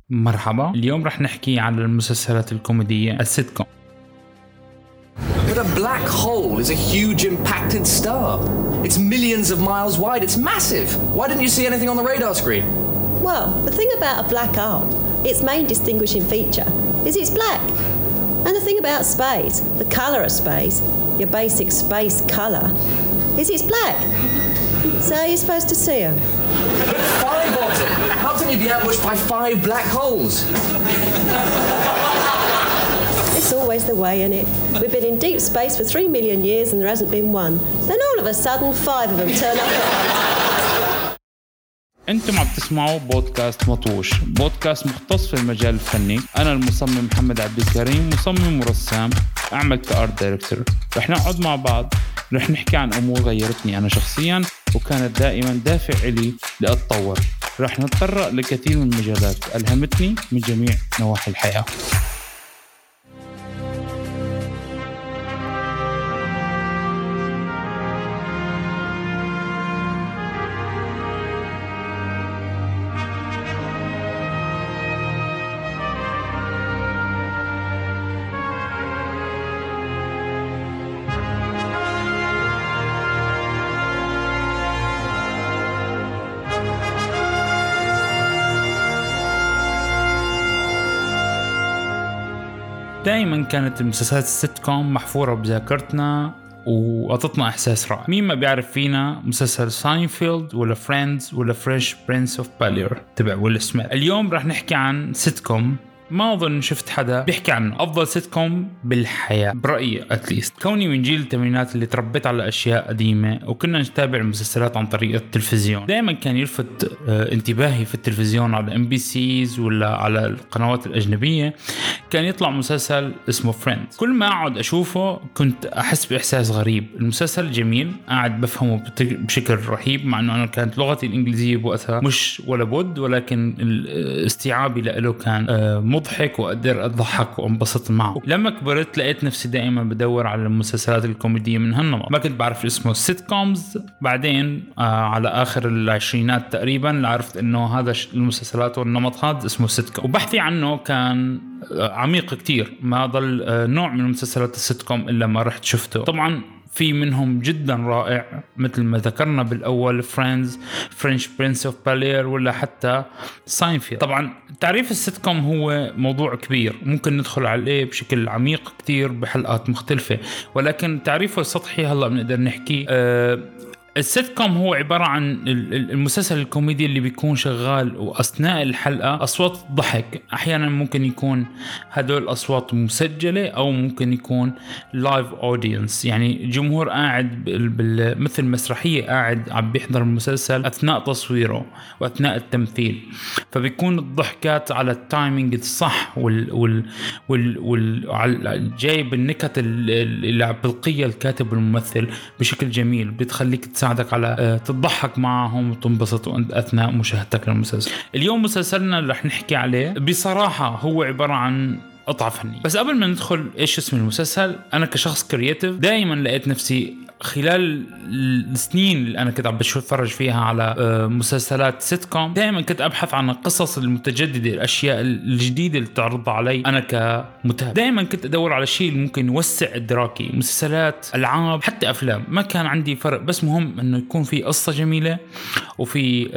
مرحبا. اليوم رح نحكي عن المسلسلات الكوميدية السيت كوم. But a black hole is a huge impacted star. It's millions of miles wide. It's massive. Why didn't you see anything on the radar screen? Well, the thing about a black hole, its main distinguishing feature is it's black. And the thing about space, the colour of space, your basic space colour, is it's black. So you're supposed to see them. But 5 of them. How can you be ambushed by 5 black holes? It's always the way, isn't it? We've been in deep space for 3 million years and there hasn't been one. Then all of a sudden 5 of them turn up. انتم عم تسمعوا بودكاست مطوش، بودكاست مختص في المجال الفني. انا المصمم محمد عبد الكريم، مصمم ورسام، اعمل كارت دايركتور. رح نقعد مع بعض، رح نحكي عن امور غيرتني انا شخصيا وكانت دائما دافع لي لأتطور. رح نتطرق لكثير من المجالات ألهمتني من جميع نواحي الحياة. دائما كانت المسلسلات السيت كوم محفورة بذاكرتنا وأعطتنا إحساس رائع. مين ما بيعرف فينا مسلسل ساينفيلد ولا فريندز ولا فريش برنس اوف بالير تبع ويل سميث. اليوم رح نحكي عن سيت كوم ما أظن شفت حدا بيحكي عنه أفضل سيت كوم بالحياة برأيي أتليست. كوني من جيل الثمانينات اللي تربيت على أشياء قديمة وكنا نتابع المسلسلات عن طريق التلفزيون، دائما كان يلفت انتباهي في التلفزيون على MBCs ولا على القنوات الأجنبية كان يطلع مسلسل اسمه فريندز. كل ما أقعد أشوفه كنت أحس بإحساس غريب. المسلسل جميل، قاعد بفهمه بشكل رهيب مع أنه أنا كانت لغتي الإنجليزية بوقتها مش ولا بد، ولكن استيعابي له كان مضحك وأقدر أضحك وأنبسط معه. لما كبرت لقيت نفسي دائما بدور على المسلسلات الكوميدية من هالنوع. ما كنت بعرف اسمه السيت كومز، بعدين على آخر العشرينات تقريبا عرفت إنه هذا المسلسلات والنمط هذا اسمه السيت كوم، وبحثي عنه كان عميق كتير. ما ضل نوع من المسلسلات السيت كوم إلا ما رحت شفته. طبعا في منهم جدا رائع مثل ما ذكرنا بالأول فريندز، فرنش برنس اوف بالير ولا حتى ساينفيلد. طبعا تعريف السيت كوم هو موضوع كبير ممكن ندخل عليه بشكل عميق كتير بحلقات مختلفة، ولكن تعريفه السطحي هلأ بنقدر نحكي السيت كوم هو عبارة عن المسلسل الكوميدي اللي بيكون شغال وأثناء الحلقة أصوات ضحك. أحيانا ممكن يكون هدول أصوات مسجلة أو ممكن يكون لايف أودينس، يعني جمهور قاعد مثل مسرحية قاعد عم بيحضر المسلسل أثناء تصويره وأثناء التمثيل، فبيكون الضحكات على التايمينج الصح جايب النكت اللي بلقية الكاتب والممثل بشكل جميل بتخليك تساعدك على تضحك معهم وتنبسط أثناء مشاهدتك للمسلسل. اليوم مسلسلنا اللي رح نحكي عليه بصراحة هو عبارة عن قطعة فنية. بس قبل ما ندخل إيش اسم المسلسل، أنا كشخص كرياتيف دائما لقيت نفسي خلال السنين اللي أنا كنت عم بتفرج فيها على مسلسلات سيت كوم دائما كنت أبحث عن القصص المتجددة، الأشياء الجديدة اللي تعرض علي أنا كمتابع. دائما كنت أدور على شيء اللي ممكن يوسع إدراكي، مسلسلات، ألعاب، حتى أفلام، ما كان عندي فرق، بس مهم إنه يكون في قصة جميلة وفي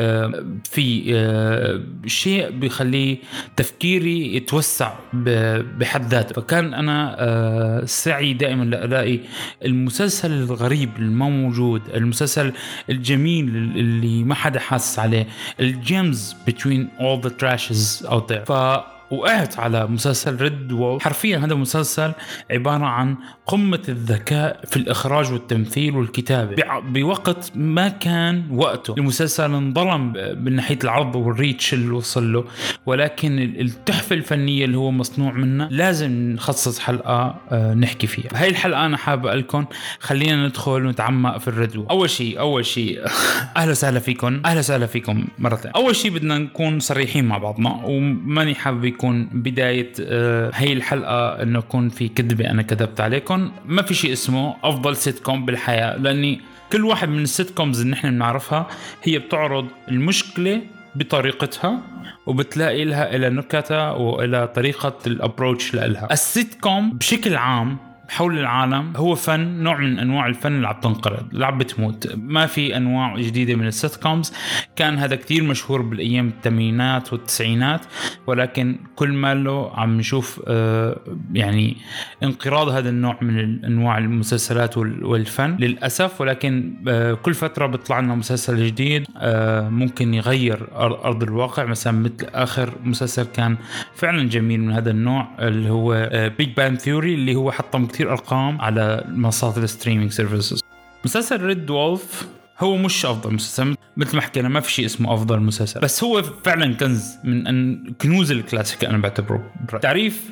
شيء بيخلي تفكيري يتوسع بحد ذاته. فكان أنا سعي دائما لألاقي المسلسل الغريب اللي ما موجود، المسلسل الجميل اللي ما حدا حاسس عليه، الجيمز between all the trashes out there. وقعت على مسلسل ريد وولف. حرفيا هذا مسلسل عبارة عن قمة الذكاء في الإخراج والتمثيل والكتابة بوقت ما كان وقته. المسلسل انظلم من ناحية العرض والريتش اللي وصل له، ولكن التحفة الفنية اللي هو مصنوع منها لازم نخصص حلقة نحكي فيها. هاي الحلقة أنا حابب لكم خلينا ندخل ونتعمق في الريد وولف. أول شيء أهلا وسهلا فيكم مرتين. أول شيء بدنا نكون صريحين مع بعضنا، وماني حابب يكون بداية هاي الحلقة إنه يكون في كذبة أنا كذبت عليكم. ما في شيء اسمه أفضل سيت كوم بالحياة، لأني كل واحد من السيت كومز اللي نحن بنعرفها هي بتعرض المشكلة بطريقتها وبتلاقي لها إلى نكتة وإلى طريقة الابروتش لها. السيت كوم بشكل عام حول العالم هو فن، نوع من أنواع الفن اللي عم تنقرض، اللي عم بتموت. ما في أنواع جديدة من السيت كومز. كان هذا كتير مشهور بالأيام الثمانينات والتسعينات، ولكن كل ما له عم نشوف يعني انقراض هذا النوع من أنواع المسلسلات والفن للأسف. ولكن كل فترة بيطلع لنا مسلسل جديد ممكن يغير أرض الواقع. مثلا مثل آخر مسلسل كان فعلا جميل من هذا النوع اللي هو بيج بان ثيوري، اللي هو حطم كتير أرقام على منصات الستريمينج سيرفيسز. مسلسل ريد وولف هو مش أفضل مسلسل، مثل ما حكينا ما في شيء اسمه أفضل مسلسل، بس هو فعلا كنز من كنوز الكلاسيك أنا بعتبره. تعريف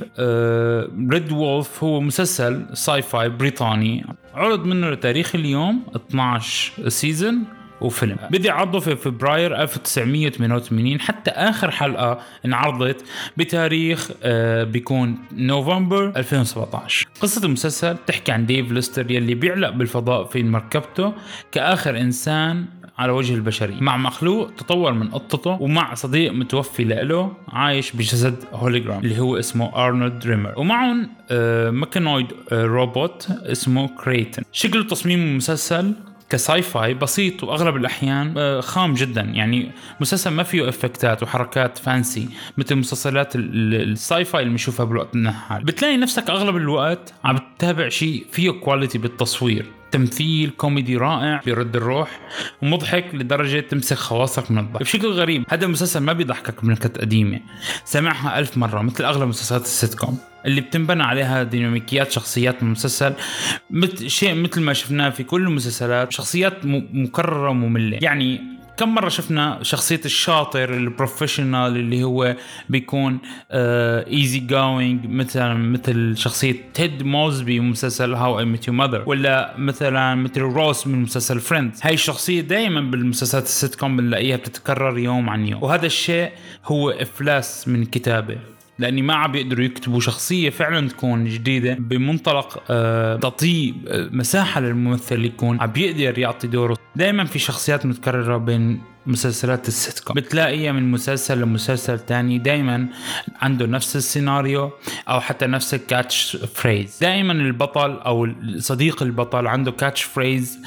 ريد وولف هو مسلسل ساي فاي بريطاني عرض منه لتاريخ اليوم 12 سيزن وفيلم. بدي عرضه في فبراير 1988. حتى آخر حلقة انعرضت بتاريخ بيكون نوفمبر 2017. قصة المسلسل تحكي عن ديف ليستر يلي بيعلق بالفضاء في مركبته كآخر إنسان على وجه البشرية، مع مخلوق تطور من قطته، ومع صديق متوفي له عايش بجسد هوليجرام اللي هو اسمه أرنولد ريمر، ومعهم ميكانويد روبوت اسمه كريتن. شكل تصميم المسلسل كساي فاي بسيط واغلب الاحيان خام جدا، يعني مسلسل ما فيه افكتات وحركات فانسي مثل مسلسلات الساي فاي اللي بنشوفها بالوقت الحالي. بتلاقي نفسك اغلب الوقت عم تتابع شيء فيه كواليتي بالتصوير، تمثيل كوميدي رائع بيرد الروح، ومضحك لدرجة تمسك خواصك من الضحك بشكل غريب. هذا المسلسل ما بيضحكك بنكت قديمة سمعها 1000 مرة مثل أغلب مسلسلات السيت كوم اللي بتنبنى عليها ديناميكيات شخصيات من المسلسل، شيء مثل ما شفناه في كل المسلسلات، شخصيات مكررة ومملة. يعني كم مرة شفنا شخصية الشاطر البروفيشنال اللي هو بيكون ايزي جوينج، مثل شخصية تيد موزبي من مسلسل هاو اي ميت يور ماذر، ولا مثلا مثل روس من مسلسل فريندز. هاي الشخصية دائما بالمسلسلات السيت كوم بنلاقيها بتتكرر يوم عن يوم، وهذا الشيء هو إفلاس من كتابة، لأني ما عم بيقدروا يكتبوا شخصية فعلا تكون جديدة بمنطلق تعطي مساحة للممثل يكون عم بيقدر يعطي دوره. دائما في شخصيات متكررة بين مسلسلات السيت كوم، بتلاقيها من مسلسل لمسلسل تاني دائما عنده نفس السيناريو أو حتى نفس الكاتش فريز. دائما البطل أو صديق البطل عنده كاتش فريز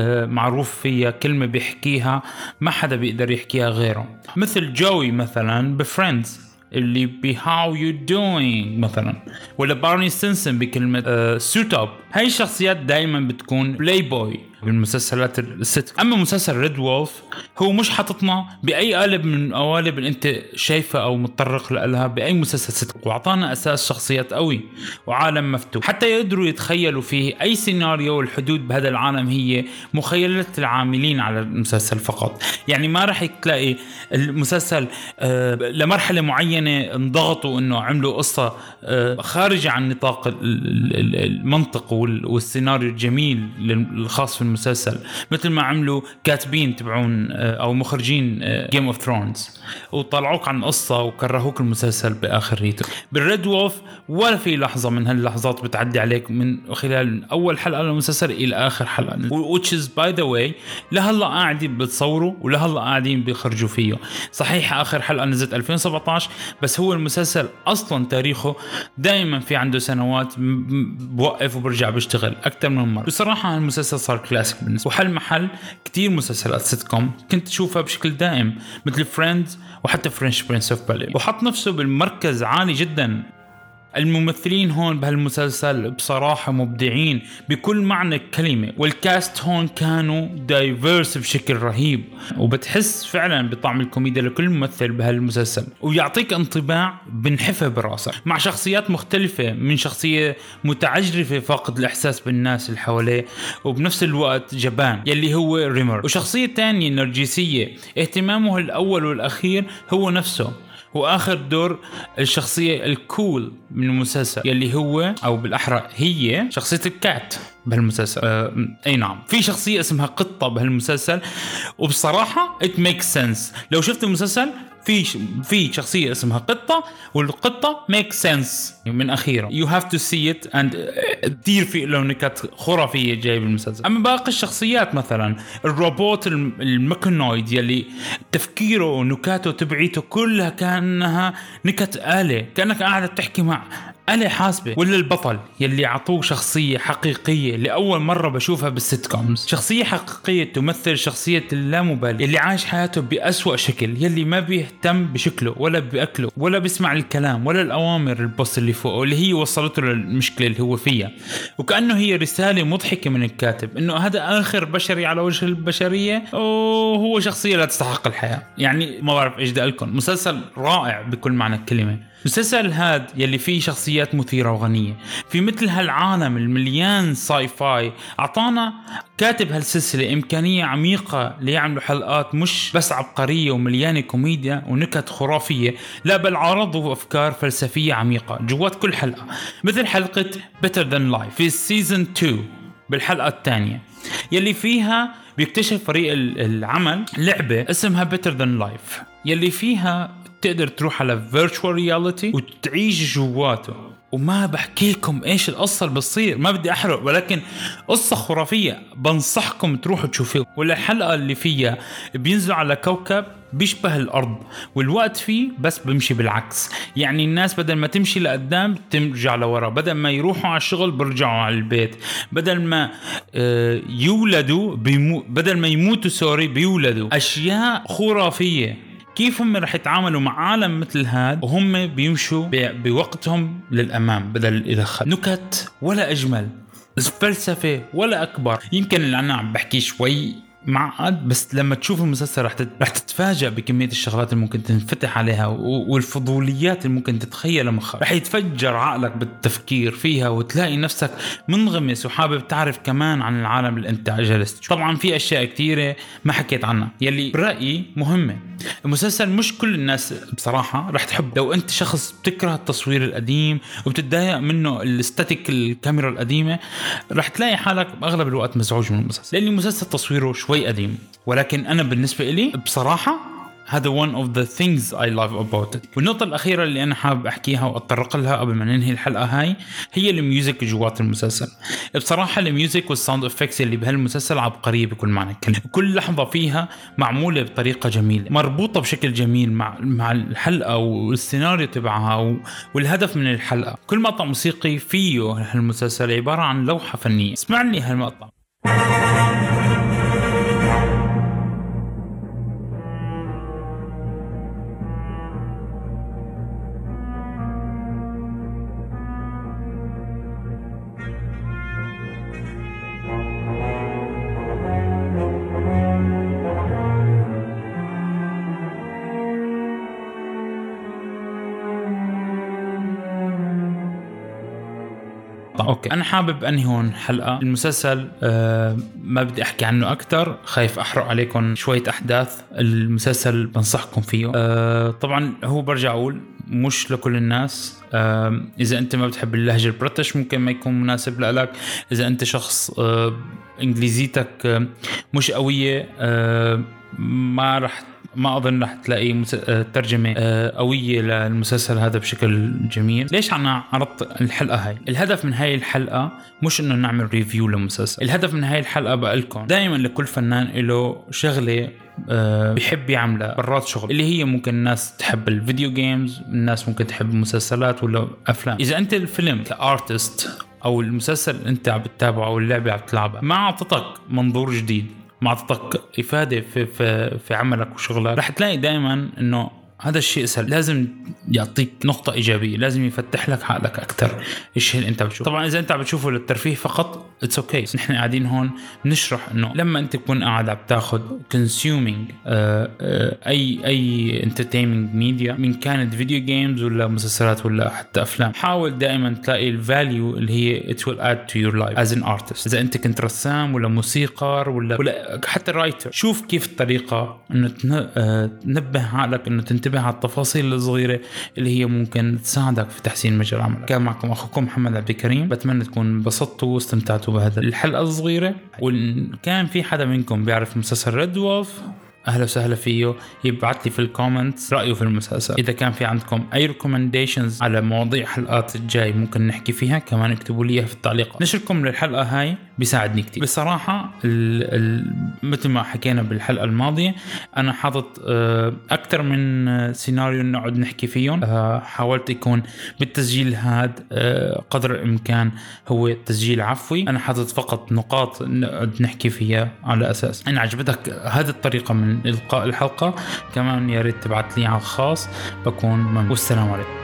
معروف فيها، كلمة بيحكيها ما حدا بيقدر يحكيها غيره، مثل جوي مثلا بفريندز اللي ب how you doing مثلا، ولا بارني سينسن بكلمة suit up. هاي الشخصيات دايما بتكون بلاي بوي بالمسلسلات الست. أما مسلسل ريد وولف هو مش حاططنا بأي قالب من قوالب اللي أنت شايفة أو متطرق لها بأي مسلسل ست، وعطانا أساس شخصيات قوي وعالم مفتوح حتى يقدروا يتخيلوا فيه أي سيناريو. والحدود بهذا العالم هي مخيلة العاملين على المسلسل فقط. يعني ما رح تلاقي المسلسل لمرحلة معينة انضغطوا إنه عملوا قصة خارجة عن نطاق المنطق والسيناريو الجميل الخاص في المسلسل، مثل ما عملوا كاتبين تبعون أو مخرجين جيم اوف ثرونز وطلعوك عن قصة وكرهوك المسلسل بآخر ريته. بالريد وولف ولا في لحظة من هاللحظات بتعدي عليك من خلال أول حلقة للمسلسل إلى آخر حلقة، which is by the way لهلا قاعدين بتصوروا ولهلا قاعدين بيخرجوا فيه. صحيح آخر حلقة نزلت 2017، بس هو المسلسل أصلا تاريخه دائما في عنده سنوات بوقف وبرجع بيشتغل أكثر من مرة. بصراحة المسلسل صار كلاسيك بالنسبة، وحل محل كتير مسلسلات سيت كوم كنت أشوفها بشكل دائم مثل فريندز وحتى فرنش برنس اوف بالي، وحط نفسه بالمركز عالي جدا. الممثلين هون بهالمسلسل بصراحة مبدعين بكل معنى الكلمة، والكاست هون كانوا دايفيرس بشكل رهيب، وبتحس فعلا بطعم الكوميديا لكل ممثل بهالمسلسل، ويعطيك انطباع بنحفه براسك مع شخصيات مختلفة، من شخصية متعجرفة فاقد الإحساس بالناس اللي حواليه وبنفس الوقت جبان يلي هو ريمر، وشخصية تانية نرجسية اهتمامه الأول والأخير هو نفسه، وآخر دور الشخصية الكول من المسلسل يلي هو أو بالأحرى هي شخصية الكات بهالمسلسل. أي نعم، في شخصية اسمها قطة بهالمسلسل، وبصراحة it makes sense. لو شفت المسلسل في شخصية اسمها قطة والقطة make sense من أخيرا you have to see it and كتير في له نكت خرافية جاي بالمسلسل. أما باقي الشخصيات مثلا الروبوت الميكانويد يلي تفكيره ونكاته تبعيته كلها كأنها نكت آلة، كأنك قاعدة تحكي مع آلة حاسبة. ولا البطل يلي عطوه شخصية حقيقية لأول مرة بشوفها بالسيت كومز، شخصية حقيقية تمثل شخصية اللامبالي يلي عايش حياته بأسوأ شكل، يلي ما بيهتم بشكله ولا بأكله ولا بيسمع الكلام ولا الأوامر البوس اللي فوقه اللي هي وصلته للمشكلة اللي هو فيها، وكأنه هي رسالة مضحكة من الكاتب إنه هذا آخر بشري على وجه البشرية وهو شخصية لا تستحق الحياة. يعني ما بعرف إيش دقلكم، مسلسل رائع بكل معنى الكلمة. مسلسل هاد يلي فيه شخصيات مثيرة وغنية في مثل هالعالم المليان ساي فاي، أعطانا كاتب هالسلسلة إمكانية عميقة ليعملوا حلقات مش بس عبقرية ومليانة كوميديا ونكت خرافية، لا بل عرضوا أفكار فلسفية عميقة جوات كل حلقة، مثل حلقة Better Than Life في السيزن 2 بالحلقة الثانية يلي فيها بيكتشف فريق العمل لعبة اسمها Better Than Life يلي فيها تقدر تروح على virtual reality وتعيش جواته. وما بحكي لكم ايش القصة اللي بتصير، ما بدي احرق، ولكن قصة خرافية بنصحكم تروحوا تشوفوه. ولا الحلقة اللي فيها بينزلوا على كوكب بيشبه الأرض والوقت فيه بس بيمشي بالعكس، يعني الناس بدل ما تمشي لقدام ترجع لورا، بدل ما يروحوا على الشغل برجعوا على البيت، بدل ما يولدوا بدل ما يموتوا بيولدوا. أشياء خرافية كيف هم رح يتعاملوا مع عالم مثل هذا وهم بيمشوا بوقتهم للأمام بدل الإدخال. نكت ولا أجمل، فلسفة ولا أكبر. يمكن اللي أنا عم بحكي شوي معقد، بس لما تشوف المسلسل رح تتفاجأ بكمية الشغلات اللي ممكن تنفتح عليها والفضوليات اللي ممكن تتخيلها مخك. رح يتفجر عقلك بالتفكير فيها وتلاقي نفسك منغمس وحابب تعرف كمان عن العالم اللي انت جلست. طبعا في أشياء كتيرة ما حكيت عنها يلي برأيي مهمة. المسلسل مش كل الناس بصراحة رح تحب. لو انت شخص بتكره التصوير القديم وبتتضايق منه الاستاتيك الكاميرا القديمة، رح تلاقي حالك بأغلب الوقت مزعوج من المسلسل، لأن المسلسل تصويره شوي قديم. ولكن أنا بالنسبة إلي بصراحة هذا one of the things I love about it. والنقطة الأخيرة اللي أنا حابب أحكيها وأتطرق لها قبل ما ننهي الحلقة هاي هي الميوزك جوات المسلسل. بصراحة الميوزك والساوند إفكتس اللي بهالمسلسل عبقرية بكل معنى الكلمة. كل لحظة فيها معمولة بطريقة جميلة، مربوطة بشكل جميل مع الحلقة والسيناريو تبعها والهدف من الحلقة. كل مقطع موسيقي فيه هالمسلسل عبارة عن لوحة فنية. اسمعني هالمقطع. اوكي، انا حابب انهي هون حلقه المسلسل. ما بدي احكي عنه اكثر، خايف احرق عليكم شويه احداث المسلسل. بنصحكم فيه. طبعا هو برجع اقول مش لكل الناس. اذا انت ما بتحب اللهجه البريتش ممكن ما يكون مناسب لك. اذا انت شخص انجليزيتك مش قويه ما أظن رح تلاقي ترجمة قوية للمسلسل هذا بشكل جميل. ليش أنا عرضت الحلقة هاي؟ الهدف من هاي الحلقة مش إنه نعمل ريفيو للمسلسل. الهدف من هاي الحلقة بقولكم دائما لكل فنان له شغلة بيحب يعملها برات شغل، اللي هي ممكن الناس تحب الفيديو جيمز، الناس ممكن تحب المسلسلات ولا أفلام. إذا أنت الفيلم كارتست أو المسلسل أنت عم بتتابعه أو اللعبة عم تلعبها ما عطتك منظور جديد، ما عطتك إفادة في عملك وشغلك، رح تلاقي دائما إنه هذا الشيء سهل. لازم يعطيك نقطة إيجابية، لازم يفتح لك عقلك أكتر الشيء اللي أنت بتشوفه. طبعا إذا أنت عم بتشوفه للترفيه فقط it's okay. نحن قاعدين هون بنشرح إنه لما أنت تكون قاعد عم تاخد consuming أي entertainment media، من كانت فيديو جيمز ولا مسلسلات ولا حتى أفلام، حاول دائما تلاقي الفاليو اللي هي it will add to your life as an artist. إذا أنت كنت رسام ولا موسيقار ولا حتى رايتر، شوف كيف الطريقة إنه تنبه عقلك إنه تنتبه على التفاصيل الصغيرة اللي هي ممكن تساعدك في تحسين مجال عملك. كان معكم أخوكم محمد عبد الكريم، بتمنى تكون انبسطتوا واستمتعتوا بهذا الحلقة الصغيرة. وكان في حدا منكم بيعرف مسلسل ريد وولف أهلا وسهلا فيه، يبعث لي في الكومنتس رأيه في المسلسل. إذا كان في عندكم أي ريكومنديشنز على مواضيع حلقات الجاي ممكن نحكي فيها كمان اكتبوا لي في التعليقات. نشركم للحلقة هاي بيساعدني كتير بصراحة. مثل ما حكينا بالحلقة الماضية أنا حاطط أكتر من سيناريو نقعد نحكي فيهم. حاولت يكون بالتسجيل هاد قدر الإمكان هو تسجيل عفوي. أنا حاطط فقط نقاط نقعد نحكي فيها. على أساس إن عجبتك هذه الطريقة من إلقاء الحلقة كمان يا ريت تبعت لي على الخاص، بكون ممنون. والسلام عليكم.